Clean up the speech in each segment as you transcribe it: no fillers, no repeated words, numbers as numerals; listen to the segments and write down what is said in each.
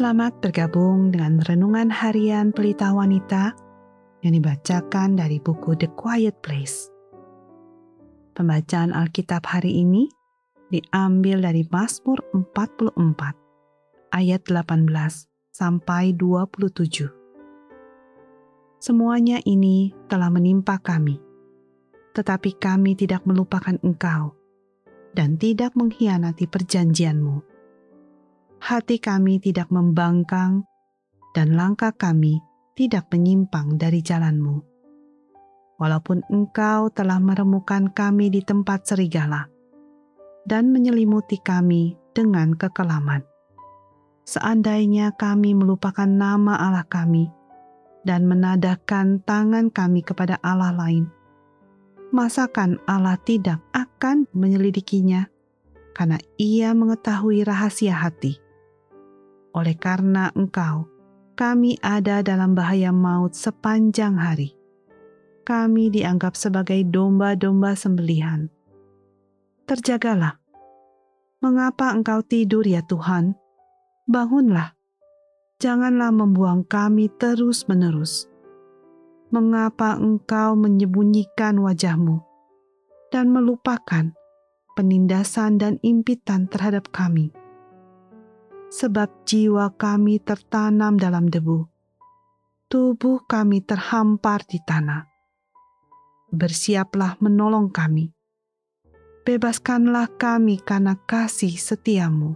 Selamat bergabung dengan Renungan Harian Pelita Wanita yang dibacakan dari buku The Quiet Place. Pembacaan Alkitab hari ini diambil dari Mazmur 44 ayat 18 sampai 27. Semuanya ini telah menimpa kami, tetapi kami tidak melupakan Engkau dan tidak mengkhianati perjanjian-Mu. Hati kami tidak membangkang, dan langkah kami tidak menyimpang dari jalan-Mu. Walaupun Engkau telah meremukan kami di tempat serigala, dan menyelimuti kami dengan kekelaman. Seandainya kami melupakan nama Allah kami, dan menadahkan tangan kami kepada Allah lain, masakan Allah tidak akan menyelidikinya, karena Ia mengetahui rahasia hati. Oleh karena Engkau, kami ada dalam bahaya maut sepanjang hari. Kami dianggap sebagai domba-domba sembelihan. Terjagalah. Mengapa Engkau tidur ya Tuhan? Bangunlah. Janganlah membuang kami terus-menerus. Mengapa Engkau menyembunyikan wajah-Mu dan melupakan penindasan dan impitan terhadap kami? Sebab jiwa kami tertanam dalam debu, tubuh kami terhampar di tanah. Bersiaplah menolong kami. Bebaskanlah kami karena kasih setia-Mu.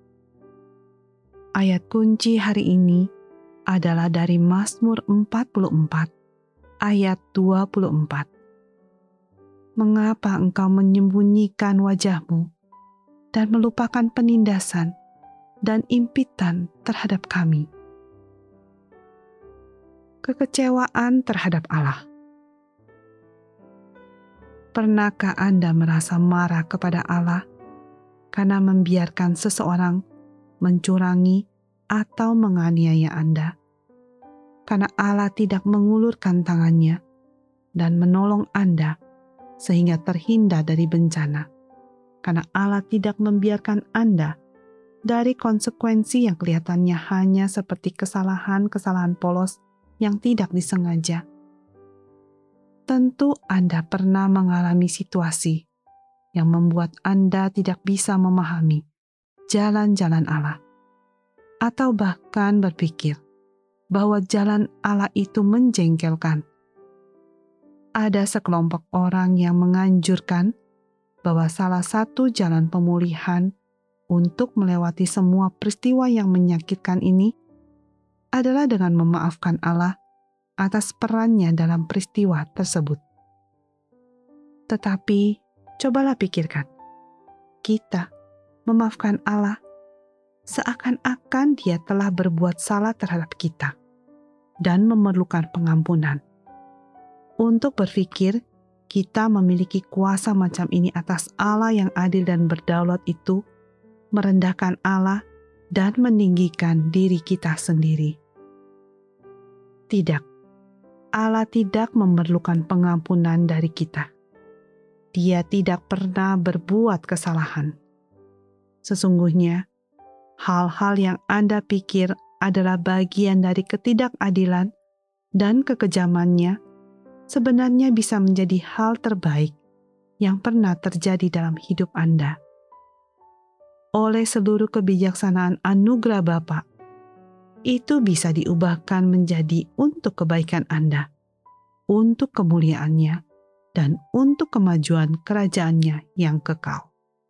Ayat kunci hari ini adalah dari Mazmur 44 ayat 24. Mengapa Engkau menyembunyikan wajah-Mu dan melupakan penindasan dan impitan terhadap kami? Kekecewaan terhadap Allah. Pernahkah Anda merasa marah kepada Allah karena membiarkan seseorang mencurangi atau menganiaya Anda? Karena Allah tidak mengulurkan tangannya dan menolong Anda sehingga terhindar dari bencana. Karena Allah tidak membiarkan Anda dari konsekuensi yang kelihatannya hanya seperti kesalahan-kesalahan polos yang tidak disengaja. Tentu Anda pernah mengalami situasi yang membuat Anda tidak bisa memahami jalan-jalan Allah, atau bahkan berpikir bahwa jalan Allah itu menjengkelkan. Ada sekelompok orang yang menganjurkan bahwa salah satu jalan pemulihan untuk melewati semua peristiwa yang menyakitkan ini adalah dengan memaafkan Allah atas perannya dalam peristiwa tersebut. Tetapi, cobalah pikirkan, kita memaafkan Allah seakan-akan Dia telah berbuat salah terhadap kita dan memerlukan pengampunan. Untuk berpikir kita memiliki kuasa macam ini atas Allah yang adil dan berdaulat itu merendahkan Allah dan meninggikan diri kita sendiri. Tidak, Allah tidak memerlukan pengampunan dari kita. Dia tidak pernah berbuat kesalahan. Sesungguhnya, hal-hal yang Anda pikir adalah bagian dari ketidakadilan dan kekejamannya sebenarnya bisa menjadi hal terbaik yang pernah terjadi dalam hidup Anda. Oleh seluruh kebijaksanaan anugerah Bapa, itu bisa diubahkan menjadi untuk kebaikan Anda, untuk kemuliaannya, dan untuk kemajuan kerajaannya yang kekal.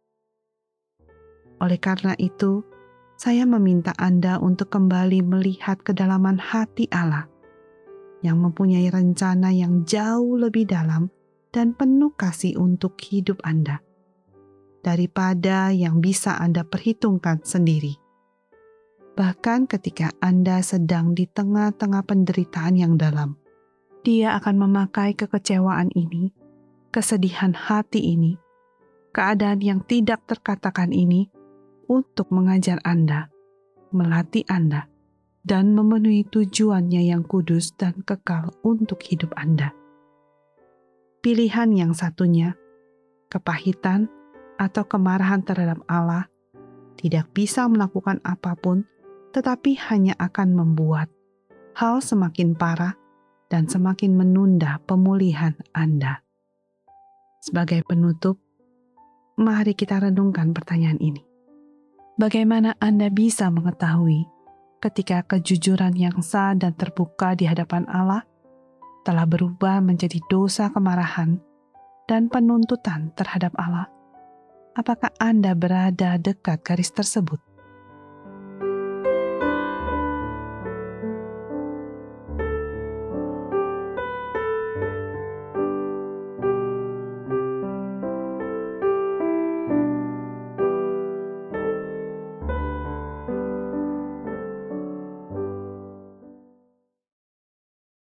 Oleh karena itu, saya meminta Anda untuk kembali melihat kedalaman hati Allah yang mempunyai rencana yang jauh lebih dalam dan penuh kasih untuk hidup Anda daripada yang bisa Anda perhitungkan sendiri. Bahkan ketika Anda sedang di tengah-tengah penderitaan yang dalam, Dia akan memakai kekecewaan ini, kesedihan hati ini, keadaan yang tidak terkatakan ini untuk mengajar Anda, melatih Anda, dan memenuhi tujuannya yang kudus dan kekal untuk hidup Anda. Pilihan yang satunya, kepahitan atau kemarahan terhadap Allah, tidak bisa melakukan apapun tetapi hanya akan membuat hal semakin parah dan semakin menunda pemulihan Anda. Sebagai penutup, mari kita renungkan pertanyaan ini. Bagaimana Anda bisa mengetahui ketika kejujuran yang sah dan terbuka di hadapan Allah telah berubah menjadi dosa kemarahan dan penuntutan terhadap Allah? Apakah Anda berada dekat garis tersebut?